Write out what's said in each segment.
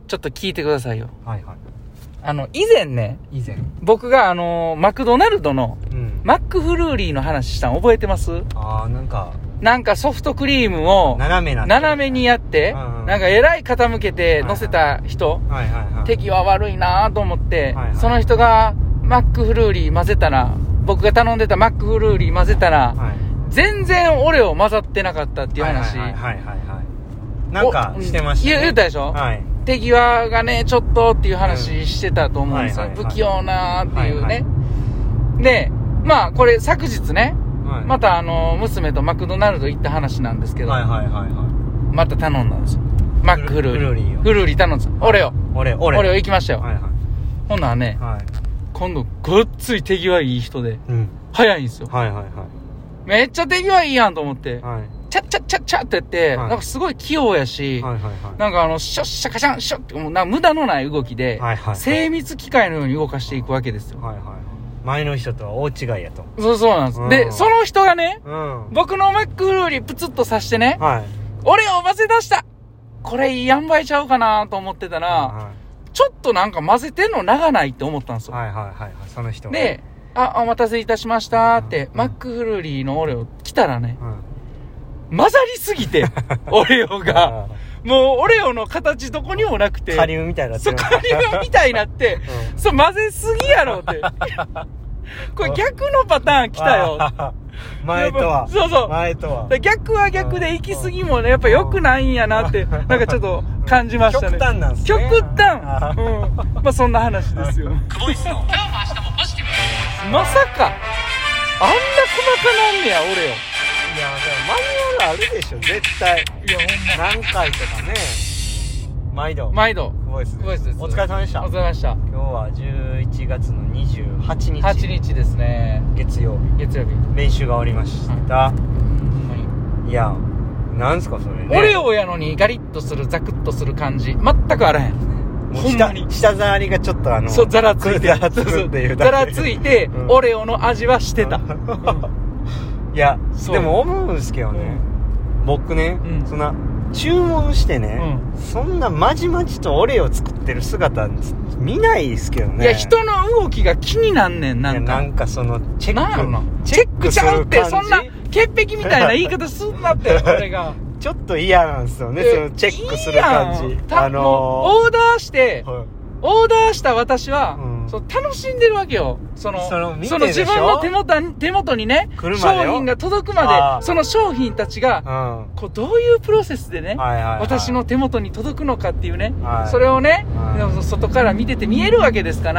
ちょっと聞いてくださいよ。 はいはい。 以前ね、僕がマクドナルドの、マックフルーリーの話したの覚えてます？なんかソフトクリームを斜めにやって、なんかえらい傾けて乗せた人、敵は悪いなと思って、その人がマックフルーリー混ぜたら、僕が頼んでたマックフルーリー混ぜたら、全然オレオ混ざってなかったっていう話。 なんかしてましたね。 言ったでしょ？はい。手際がね、ちょっとっていう話してたと思うんですよ。不器用なーっていうね。で、まあこれ昨日ね、また娘とマクドナルド行った話なんですけど、また頼んだんですよ。マックフルーリー。フルーリー頼んだんですよ。オレオ行きましたよ。ほんならね、今度ごっつい手際いい人で、早いんですよ。めっちゃ手際いいやんと思って、チャッチャッチャッチャッってやって、なんかすごい器用やし、なんかショッシャカシャンショッってもうなんか無駄のない動きで、精密機械のように動かしていくわけですよ。 前の人とは大違いやと。 そうなんです。で、その人がね、僕のマックフルーリープツッと刺してね、俺を混ぜ出した、これいい塩梅ちゃうかなと思ってたら、ちょっとなんか混ぜてんの長ないって思ったんですよ。 その人で、お待たせいたしましたって、マックフルーリーのオレオ来たらね、混ざりすぎて、オレオが。もう、オレオの形どこにもなくて。 カリウムみたいになって。 カリウムみたいになって、そう、混ぜすぎやろって。これ逆のパターン来たよ。 前とは。 そう。 前とは。 逆は逆で行き過ぎもね、やっぱ良くないんやなって、なんかちょっと感じましたね。 極端なんすね。 極端。まあそんな話ですよ。 クボイスの今日も明日もポジティブ。 まさか、あんな細かなんねや、オレオ。 いや、でもマニュアルあるでしょ、絶対。 いや、ほんま。 何回とかね。毎度。 クボイスです。 お疲れ様でした。 お疲れ様でした。 今日は11月の28日。 8日ですね。 月曜日。練習が終わりました。いや、なんすかそれね。 オレオやのにガリッとする、ザクッとする感じ。全くあらへん。 ほんまに。舌触りがちょっとそう、ザラついて。 ザラついて、オレオの味はしてた。 いや、でも思うんですけどね、僕ね、そんな注文してね、そんなまじまじとオレオ作ってる姿見ないですけどね。 いや、人の動きが気になんねん、なんか。 なんかそのチェックちゃうって、そんな潔癖みたいな言い方すんなって、俺が。 ちょっと嫌なんですよね、そのチェックする感じ。 オーダーした私は、楽しんでるわけよ。その自分の手元にね、商品が届くまで、その商品たちが、こう、どういうプロセスでね、私の手元に届くのかっていうね、それをね、外から見てて見えるわけですから、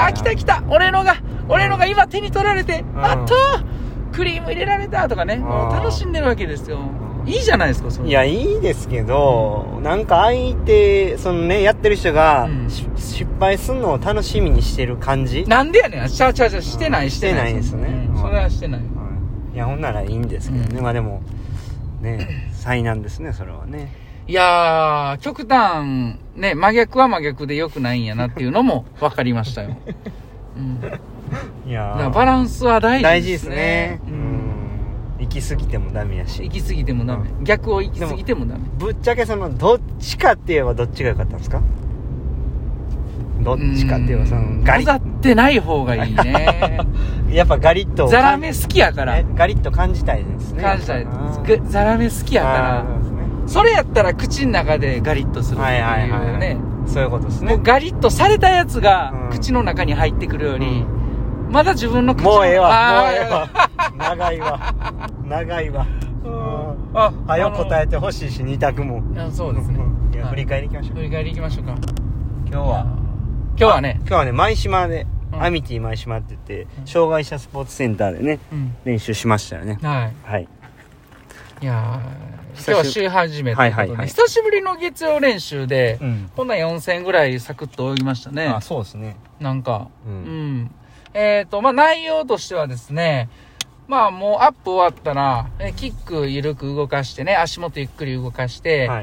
来た、俺のが今手に取られて、クリーム入れられたとかね、もう楽しんでるわけですよ。いいじゃないですか、それ。 いや、いいですけど、なんか相手、そのね、やってる人が、失敗するのを楽しみにしてる感じ。 なんでやねん。してないですね。 それはしてない。 いや、ほんならいいんですけどね。まあでも、ね、災難ですね、それはね。 いやー、極端、ね、真逆は真逆で良くないんやなっていうのも分かりましたよ。 いやー、バランスは大事ですね。 大事ですね。行き過ぎてもダメやし。 行き過ぎてもダメ。逆を行き過ぎてもダメ。 ぶっちゃけその、どっちかって言えばどっちが良かったんですか？どっちかって言えばその、 ガリッ。混ざってない方がいいね。 やっぱガリッと。 ザラメ好きやから。 ガリッと感じたいですね。 感じたい。ザラメ好きやから。それやったら口の中でガリッとするっていうね。 そういうことですね。 もうガリッとされたやつが口の中に入ってくるより、まだ自分の口のもうええわ。長いわ。はよ答えてほしいし、2択も。 そうですね。 振り返りいきましょう。 か。 今日はね、舞島で、アミティ舞島って言って、障害者スポーツセンターでね、練習しましたよね。はい。 いやー、今日は週始めということで、久しぶりの月曜練習で、こんな4000ぐらいサクッと泳ぎましたね。 そうですね。 なんか、まあ内容としてはですね、まあもうアップ終わったら、キック緩く動かしてね、足元ゆっくり動かして、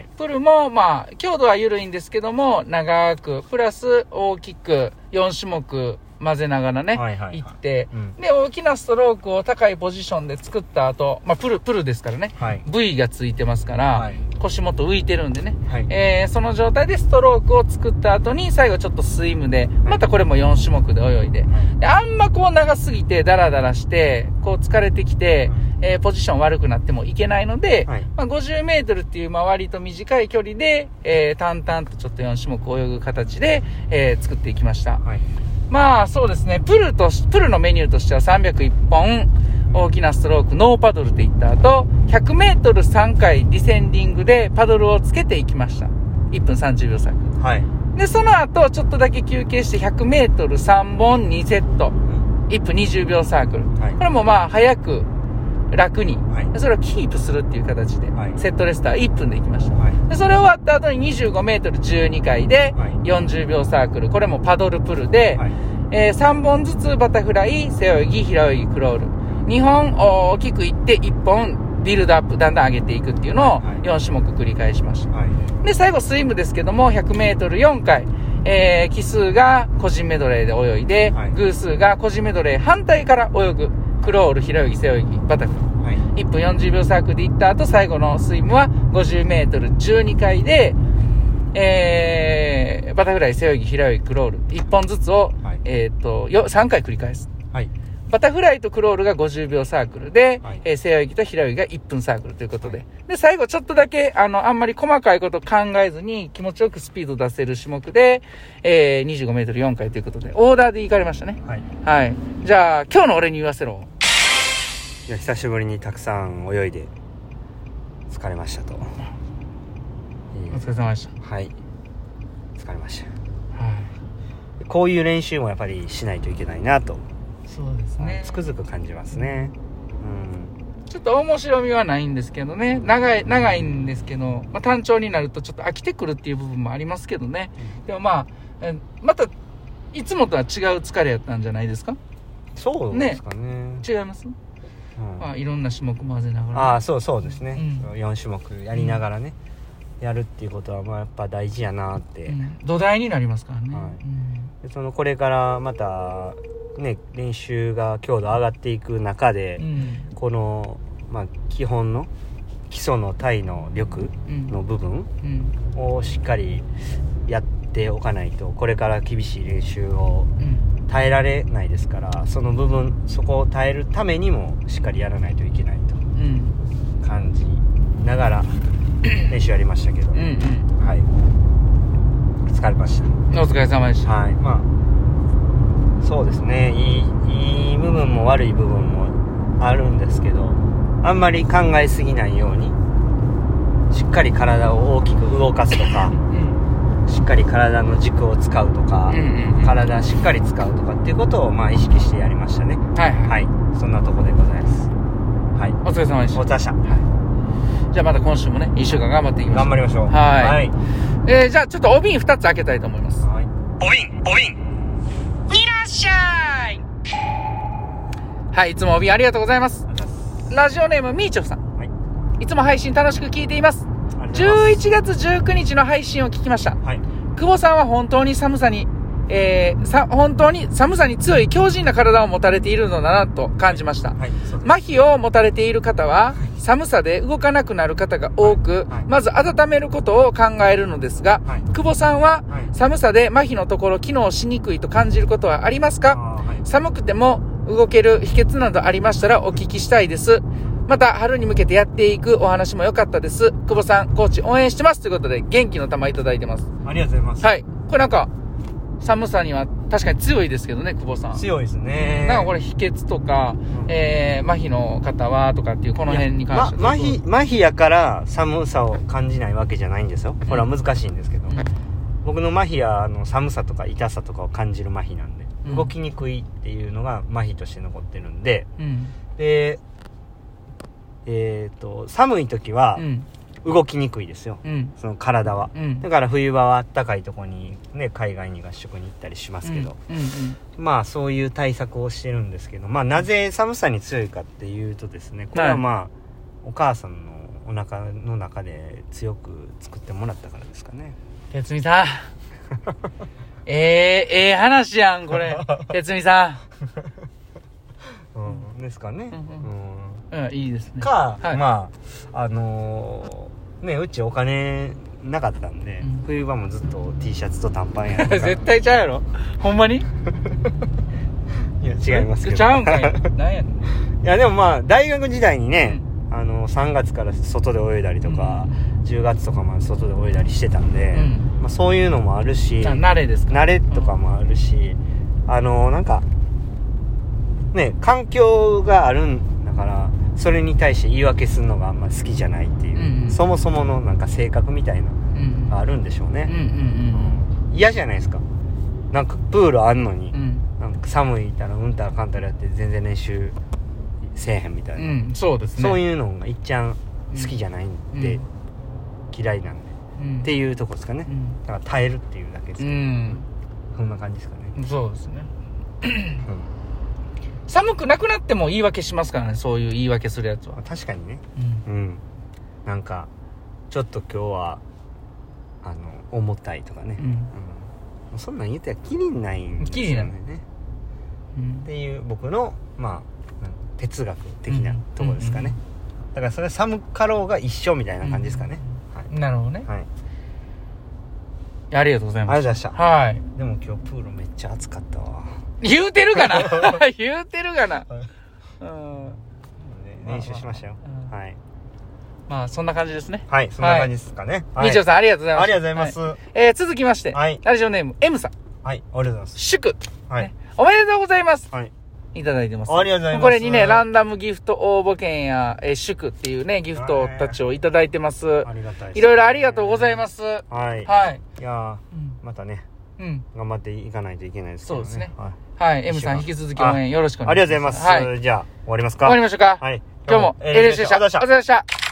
プルもまあ強度は緩いんですけども、長く、プラス大きく4種目混ぜながらね、行って、で、大きなストロークを高いポジションで作った後、まあ、プルですからね、V がついてますから、腰元浮いてるんでね、その状態でストロークを作った後に、最後ちょっとスイムで、またこれも4種目で泳いで、であんまこう長すぎてダラダラして、こう疲れてきて、ポジション悪くなってもいけないので、まあ、50メートルっていう割と短い距離で、淡々とちょっと4種目泳ぐ形で、作っていきました。まあそうですね、プルのメニューとしては301本、大きなストローク、ノーパドルでいった後、100メートル3回ディセンディングでパドルをつけていきました。1分30秒サークル。で、その後、ちょっとだけ休憩して100メートル3本2セット、1分20秒サークル。これもまあ早く、楽に、それをキープするっていう形で、セットレスター1分でいきました。で、それ終わった後に25メートル12回で40秒サークル。これもパドルプルで、3本ずつバタフライ、背泳ぎ、平泳ぎ、クロール。2本大きくいって1本ビルドアップ、だんだん上げていくっていうのを4種目繰り返しました。で、最後スイムですけども、100メートル4回。奇数が個人メドレーで泳いで、偶数が個人メドレー反対から泳ぐ。クロール、平泳ぎ、背泳ぎ、バタフライ。1分40秒サークルで行った後、最後のスイムは50メートル12回で、バタフライ、背泳ぎ、平泳ぎ、クロール。1本ずつを、3回繰り返す。バタフライとクロールが50秒サークルで、背泳ぎと平泳ぎが1分サークルということで。で、最後ちょっとだけ、あんまり細かいこと考えずに気持ちよくスピード出せる種目で、25メートル4回ということで、オーダーで行かれましたね。じゃあ、今日の俺に言わせろ。 いや、久しぶりにたくさん泳いで疲れましたと。 お疲れ様でした。 疲れました。こういう練習もやっぱりしないといけないなと。 そうですね。 つくづく感じますね。 ちょっと面白みはないんですけどね。長いんですけど、まあ、単調になるとちょっと飽きてくるっていう部分もありますけどね。でもまあ、またいつもとは違う疲れやったんじゃないですか。 そうですかね。 違います。いろんな種目混ぜながら、 そうですね、4種目やりながらね、やるっていうことはまあやっぱ大事やなって、 土台になりますからね。 でこれからまたね練習が強度上がっていく中で、この、まあ、基本の基礎の体の力の部分をしっかりやっておかないと、これから厳しい練習を耐えられないですから、その部分、そこを耐えるためにもしっかりやらないといけないと感じながら練習やりましたけど、疲れました。 お疲れ様でした。 まあそうですね、いい部分も悪い部分もあるんですけど、あんまり考えすぎないように、しっかり体を大きく動かすとか、しっかり体の軸を使うとか、体しっかり使うとかっていうことをまあ意識してやりましたね。そんなところでございます。 お疲れ様でした。 お疲れ様でした。 じゃあまた今週もね、1週間頑張っていきましょう。 頑張りましょう。 じゃあちょっとお瓶2つ開けたいと思います。 お瓶いらっしゃい。 いつもお瓶ありがとうございます。ラジオネームみーちょふさん、いつも配信楽しく聞いています。11月19日の配信を聞きました。久保さんは本当に寒さに強い強靭な体を持たれているのだなと感じました。麻痺を持たれている方は、寒さで動かなくなる方が多く、まず温めることを考えるのですが、久保さんは寒さで麻痺のところ機能しにくいと感じることはありますか？寒くても動ける秘訣などありましたらお聞きしたいです。また春に向けてやっていくお話も良かったです。久保さん、コーチ応援してますということで元気の玉いただいてます。 ありがとうございます。 これなんか寒さには確かに強いですけどね、久保さん。 強いですね。 なんかこれ秘訣とか、麻痺の方はとかっていうこの辺に関しては、 麻痺やから寒さを感じないわけじゃないんですよ。これは難しいんですけど、僕の麻痺は寒さとか痛さとかを感じる麻痺なんで、動きにくいっていうのが麻痺として残ってるんで、で寒い時は動きにくいですよ、その体は、だから冬場は暖かいとこにね、海外に合宿に行ったりしますけど、まあそういう対策をしてるんですけど、まあなぜ寒さに強いかっていうとですね、これはまあお母さんのお腹の中で強く作ってもらったからですかね。 哲美さん話やん、これ。哲美さん。ですかね。 いいですね。 まあ、ね、うちお金なかったんで、冬場もずっと T シャツと短パンや絶対ちゃうやろほんまにいや、違いますけど。 ちゃうんかい。なんやねん。 いや、でもまあ、大学時代にね、3月から外で泳いだりとか、10月とかまで外で泳いだりしてたんで、まあ、そういうのもあるし、 慣れですか？ 慣れとかもあるし、なんか、ね、環境があるんだから、それに対して言い訳するのがあんま好きじゃないっていう、そもそものなんか性格みたいなのがあるんでしょうね。嫌じゃないですか。なんかプールあんのに、なんか寒いたらうんたらかんたらやって全然練習せえへんみたいな、 そうですね。 そういうのがいっちゃん好きじゃないんで、嫌いなんで、っていうとこですかね。だから耐えるっていうだけですけど、そんな感じですかね。 そうですね。寒くなくなっても言い訳しますからね、そういう言い訳するやつは。 確かにね。なんかちょっと今日は重たいとかね、そんなん言ってはキリないんですよね。っていう僕のまあ哲学的なところですかね。だからそれは寒かろうが一緒みたいな感じですかね。 なるほどね。 はい。 ありがとうございます。 ありがとうございました。 はい。 でも今日プールめっちゃ暑かったわ。 言うてるかな言うてるかな。 練習しましたよ。はい。 まあそんな感じですね。 はい、そんな感じですかね。 みちおさんありがとうございます。 ありがとうございます。 続きまして、ラジオネーム M さん。 はい、ありがとうございます。 祝。 はい。 おめでとうございます。 はい。 いただいてます。 ありがとうございます。 これにね、ランダムギフト応募券や、祝っていうね、ギフトたちをいただいてます。 ありがたいです。 いろいろありがとうございます。 はい。 はい。 いやまたね、頑張っていかないといけないですけどね。そうですね。 はい。M さん引き続き応援よろしくお願いします。 ありがとうございます。じゃあ、終わりますか？ 終わりましょうか。 はい。 今日も LS でした。お疲れ様でした。